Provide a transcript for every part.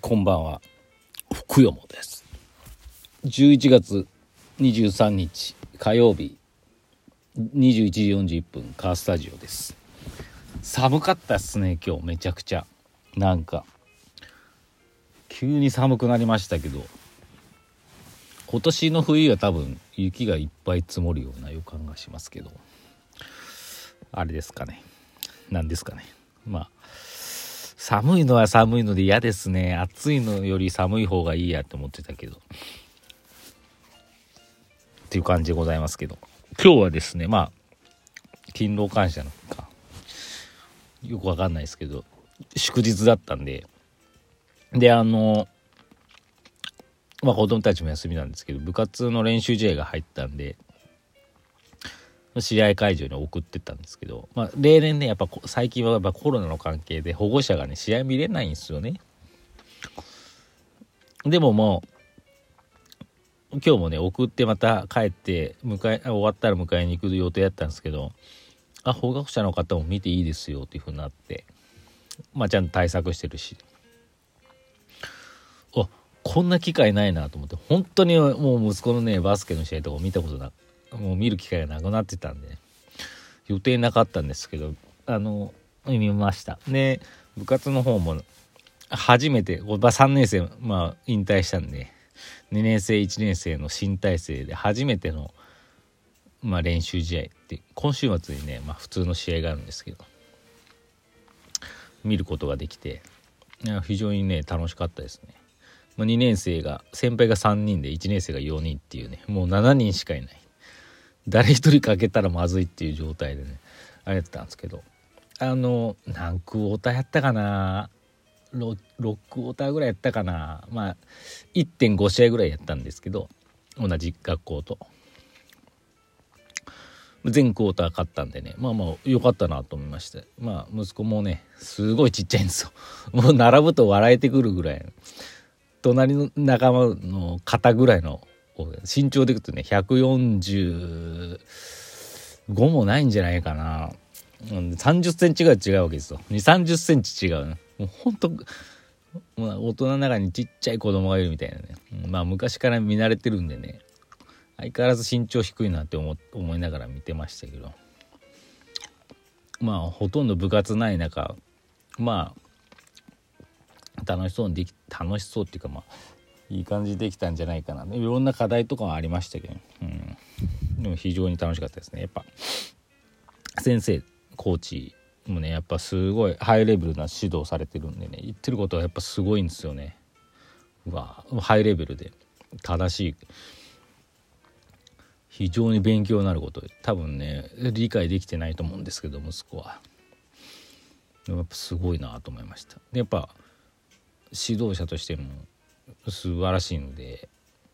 こんばんは、福山です。11月23日火曜日21時41分カースタジオです。寒かったっすね。今日めちゃくちゃなんか急に寒くなりましたけど、今年の冬は多分雪がいっぱい積もるような予感がしますけど、あれですかね、なんですかね。まあ寒いのは寒いので嫌ですね。暑いのより寒い方がいいやって思ってたけどっていう感じでございますけど、今日はですね、勤労感謝の日かよくわかんないですけど祝日だったんで、子供たちも休みなんですけど、部活の練習試合が入ったんで試合会場に送ってったんですけど、例年ね、やっぱ最近はやっぱコロナの関係で保護者がね試合見れないんですよね。でももう今日もね送ってまた帰って終わったら迎えに行く予定だったんですけど、保護者の方も見ていいですよっていう風になって、ちゃんと対策してるし、こんな機会ないなと思って、本当にもう息子のねバスケの試合とか見たことなく、もう見る機会がなくなってたんで、予定なかったんですけど見ましたね。部活の方も初めて3年生引退したんで、2年生1年生の新体制で初めての練習試合って今週末にね普通の試合があるんですけど見ることができて、非常にね楽しかったですね。2年生が先輩が3人で1年生が4人っていうね、もう7人しかいない、誰一人欠けたらまずいっていう状態でねやってたんですけど、何クォーターやったかな、6クォーターぐらいやったかな、1.5 試合ぐらいやったんですけど、同じ学校と全クォーター勝ったんでね、良かったなと思いまして、息子もねすごいちっちゃいんですよ。もう並ぶと笑えてくるぐらい、隣の仲間の肩ぐらいの身長でいくとね145もないんじゃないかな。30センチぐらい違うわけですよ。2、30センチ違うね。もうほんと、大人の中にちっちゃい子供がいるみたいなね。昔から見慣れてるんでね、相変わらず身長低いなって思いながら見てましたけど、ほとんど部活ない中、楽しそうっていうかいい感じできたんじゃないかな。いろんな課題とかはありましたけど、でも非常に楽しかったですね。やっぱ先生コーチもねやっぱすごいハイレベルな指導されてるんでね、言ってることはやっぱすごいんですよね。ハイレベルで正しい、非常に勉強になることで、多分ね理解できてないと思うんですけど息子は。やっぱすごいなと思いました。でやっぱ指導者としても素晴らしいので、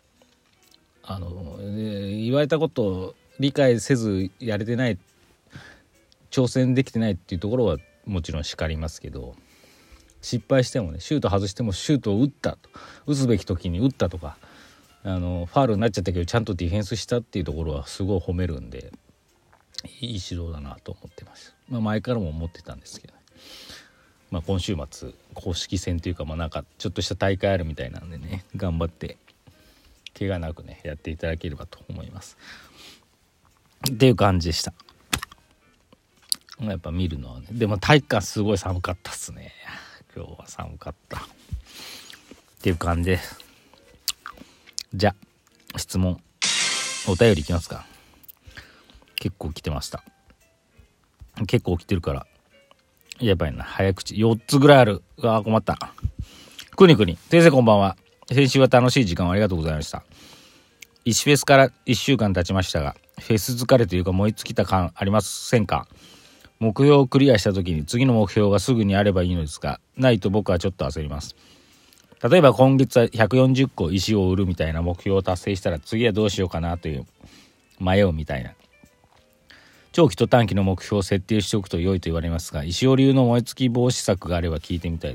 言われたことを理解せずやれてない、挑戦できてないっていうところはもちろん叱りますけど、失敗してもね、シュート外してもシュートを打つべき時に打ったとか、ファールになっちゃったけどちゃんとディフェンスしたっていうところはすごい褒めるんで、いい指導だなと思ってます。前からも思ってたんですけどね。今週末公式戦というかちょっとした大会あるみたいなんでね、頑張って怪我なくねやっていただければと思いますっていう感じでした。やっぱ見るのはね、でも体育館すごい寒かったっすね。今日は寒かったっていう感じです。じゃあ質問お便りいきますか。結構来てました。結構来てるからやばいな、早口4つぐらいある。困った。くに先生こんばんは。先週は楽しい時間をありがとうございました。石フェスから1週間経ちましたが、フェス疲れというか燃え尽きた感ありませんか？目標をクリアした時に次の目標がすぐにあればいいのですが、ないと僕はちょっと焦ります。例えば今月は140個石を売るみたいな目標を達成したら次はどうしようかなという迷うみたいな。長期と短期の目標を設定しておくと良いと言われますが、石尾流の燃え尽き防止策があれば聞いてみたいです。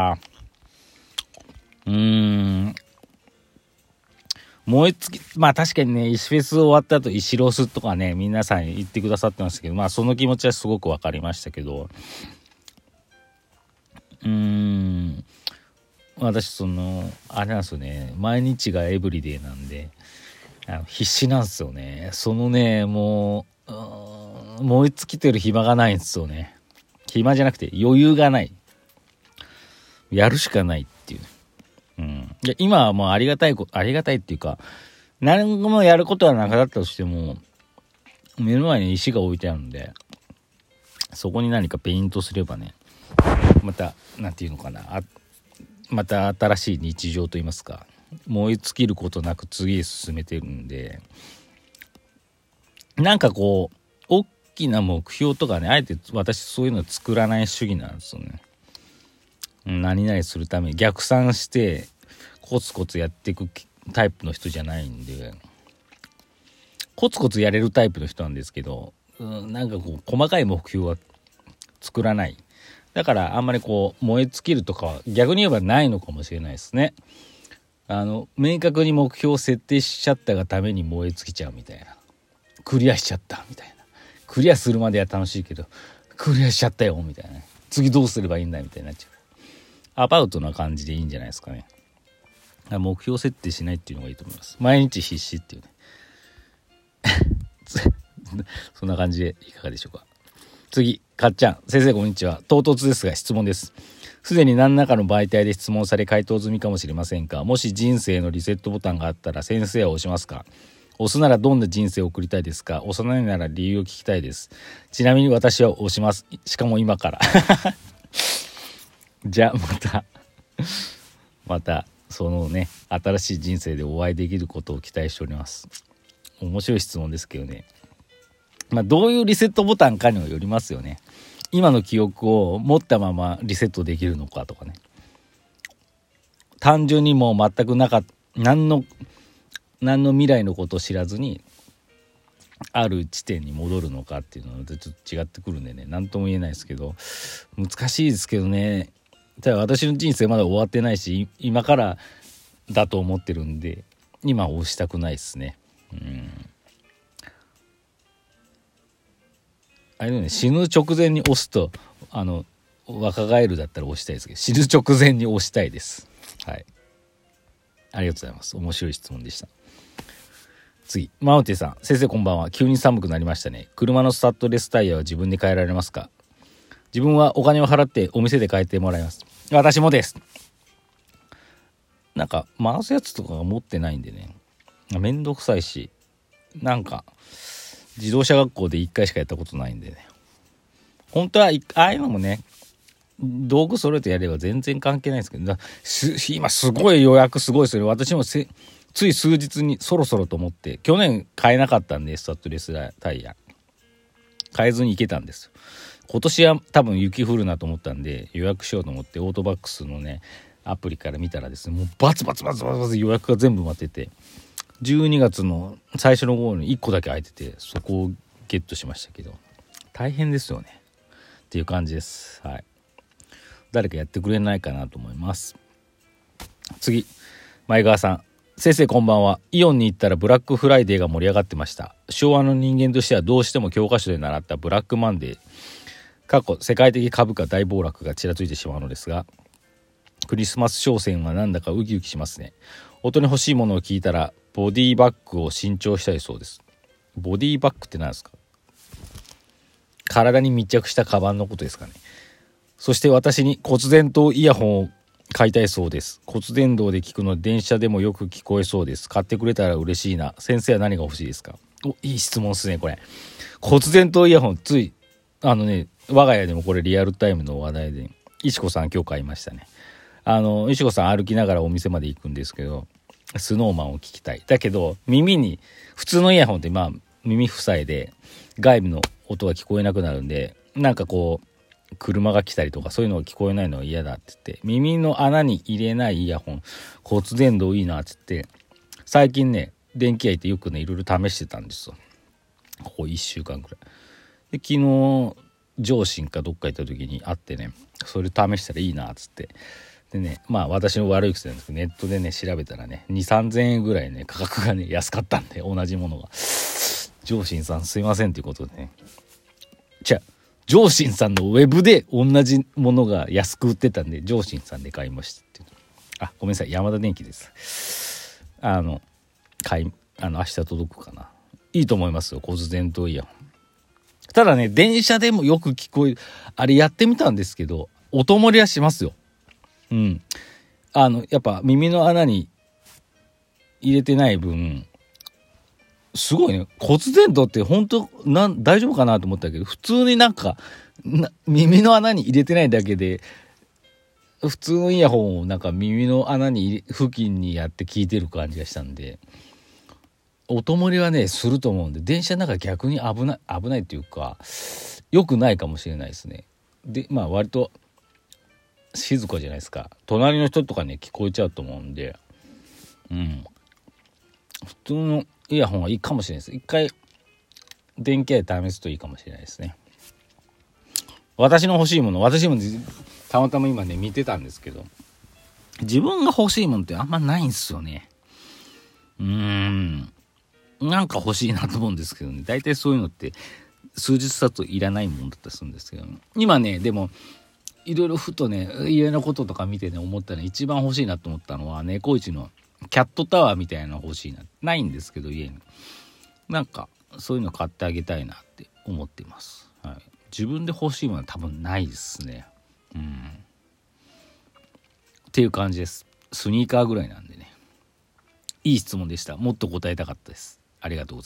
燃え尽き、確かにね、石フェス終わった後石ロスとかね皆さん言ってくださってましたけど、その気持ちはすごく分かりましたけど、 私あれなんですよね、毎日がエブリデイなんで必死なんですよね。もう燃え尽きてる暇がないんですよね。暇じゃなくて余裕がない、やるしかないっていう、で今はもうありがたいっていうか、何もやることはなかったとしても目の前に石が置いてあるんで、そこに何かペイントすればね、またなんていうのかな、また新しい日常といいますか、燃え尽きることなく次へ進めてるんで、なんかこう大きな目標とかね、あえて私そういうの作らない主義なんですよね。何々するために逆算してコツコツやっていくタイプの人じゃないんで、コツコツやれるタイプの人なんですけど、なんかこう細かい目標は作らない。だからあんまりこう燃え尽きるとかは逆に言えばないのかもしれないですね。明確に目標を設定しちゃったがために燃え尽きちゃうみたいな、クリアしちゃったみたいな、クリアするまでは楽しいけどクリアしちゃったよみたいな、次どうすればいいんだみたいになっちゃう。アバウトな感じでいいんじゃないですかね。目標設定しないっていうのがいいと思います。毎日必死っていうねそんな感じでいかがでしょうか。次、かっちゃん、先生こんにちは。唐突ですが質問です。すでに何らかの媒体で質問され回答済みかもしれませんが、もし人生のリセットボタンがあったら先生は押しますか？押すならどんな人生を送りたいですか？押さないなら理由を聞きたいです。ちなみに私は押します。しかも今からじゃあまたそのね、新しい人生でお会いできることを期待しております。面白い質問ですけどね、どういうリセットボタンかにもよりますよね。今の記憶を持ったままリセットできるのかとかね、単純にもう全く何の未来のことを知らずにある地点に戻るのかっていうのはちょっと違ってくるんでね、何とも言えないですけど、難しいですけどね。ただ私の人生まだ終わってないし、今からだと思ってるんで今押したくないですね。あれね、死ぬ直前に押すと若返るだったら押したいですけど、死ぬ直前に押したいです。はい、ありがとうございます。面白い質問でした。次、マウティさん、先生こんばんは。急に寒くなりましたね。車のスタッドレスタイヤは自分で変えられますか？自分はお金を払ってお店で変えてもらいます。私もです。なんか回すやつとかが持ってないんでね、めんどくさいし、なんか自動車学校で1回しかやったことないんでね、本当はああいうのもね、道具揃えてやれば全然関係ないですけど、今すごい予約すごいですよね。私もつい数日にそろそろと思って、去年買えなかったんで、スタッドレスタイヤ買えずに行けたんですよ。今年は多分雪降るなと思ったんで予約しようと思って、オートバックスのねアプリから見たらですね、もうバツバツ予約が全部埋まってて、12月の最初の号に1個だけ空いてて、そこをゲットしましたけど、大変ですよねっていう感じです。はい、誰かやってくれないかなと思います。次、前川さん、先生こんばんは。イオンに行ったらブラックフライデーが盛り上がってました。昭和の人間としてはどうしても教科書で習ったブラックマンデー、過去世界的株価大暴落がちらついてしまうのですが、クリスマス商戦はなんだかウキウキしますね。音に欲しいものを聞いたらボディバッグを新調したいそうです。ボディバッグって何ですか？体に密着したカバンのことですかね。そして私に骨伝導イヤホンを買いたいそうです。骨伝導で聞くので電車でもよく聞こえそうです。買ってくれたら嬉しいな。先生は何が欲しいですか？いい質問ですねこれ。骨伝導イヤホン、つい我が家でもこれリアルタイムの話題で、石子さん今日買いましたね。石子さん歩きながらお店まで行くんですけど、スノーマンを聞きたい。だけど耳に、普通のイヤホンって耳塞いで外部の音が聞こえなくなるんで、なんかこう車が来たりとかそういうのが聞こえないのは嫌だって言って、耳の穴に入れないイヤホン、骨伝導いいなって言って、最近ね電気屋行ってよくねいろいろ試してたんですよ、ここ1週間くらいで。昨日上信かどっか行った時に会ってね、それ試したらいいなっつって、でね、私の悪い癖なんですけど、ネットでね調べたらね 2,3000 円ぐらいね価格がね安かったんで、同じものが。上信さんすいませんということでね、上信さんのウェブで同じものが安く売ってたんで上信さんで買いましたっていう。 ごめんなさい、ヤマダ電機です。明日届くかな。いいと思いますよ、骨伝導イヤホン。ただね、電車でもよく聞こえる、あれやってみたんですけど、音漏れはしますよ。やっぱ耳の穴に入れてない分、すごいね、骨伝導って本当大丈夫かなと思ったけど、普通に耳の穴に入れてないだけで、普通のイヤホンを耳の穴に付近にやって聞いてる感じがしたんで、音漏れはねすると思うんで、電車の中逆に危ないっていうか良くないかもしれないですね。で割と静かじゃないですか、隣の人とかね聞こえちゃうと思うんで、普通のイヤホンはいいかもしれないです。一回電気屋で試すといいかもしれないですね。私もたまたま今ね見てたんですけど、自分が欲しいものってあんまないんですよね。なんか欲しいなと思うんですけどね、大体そういうのって数日経つといらないもんだったりするんですけど、今ねでもいろいろふとね家のこととか見てね思ったね、一番欲しいなと思ったのは猫市のキャットタワーみたいなの欲しいな。ないんですけど家にそういうの買ってあげたいなって思っています。自分で欲しいものは多分ないですね。っていう感じです。スニーカーぐらいなんでね。いい質問でした。もっと答えたかったです。ありがとうございます。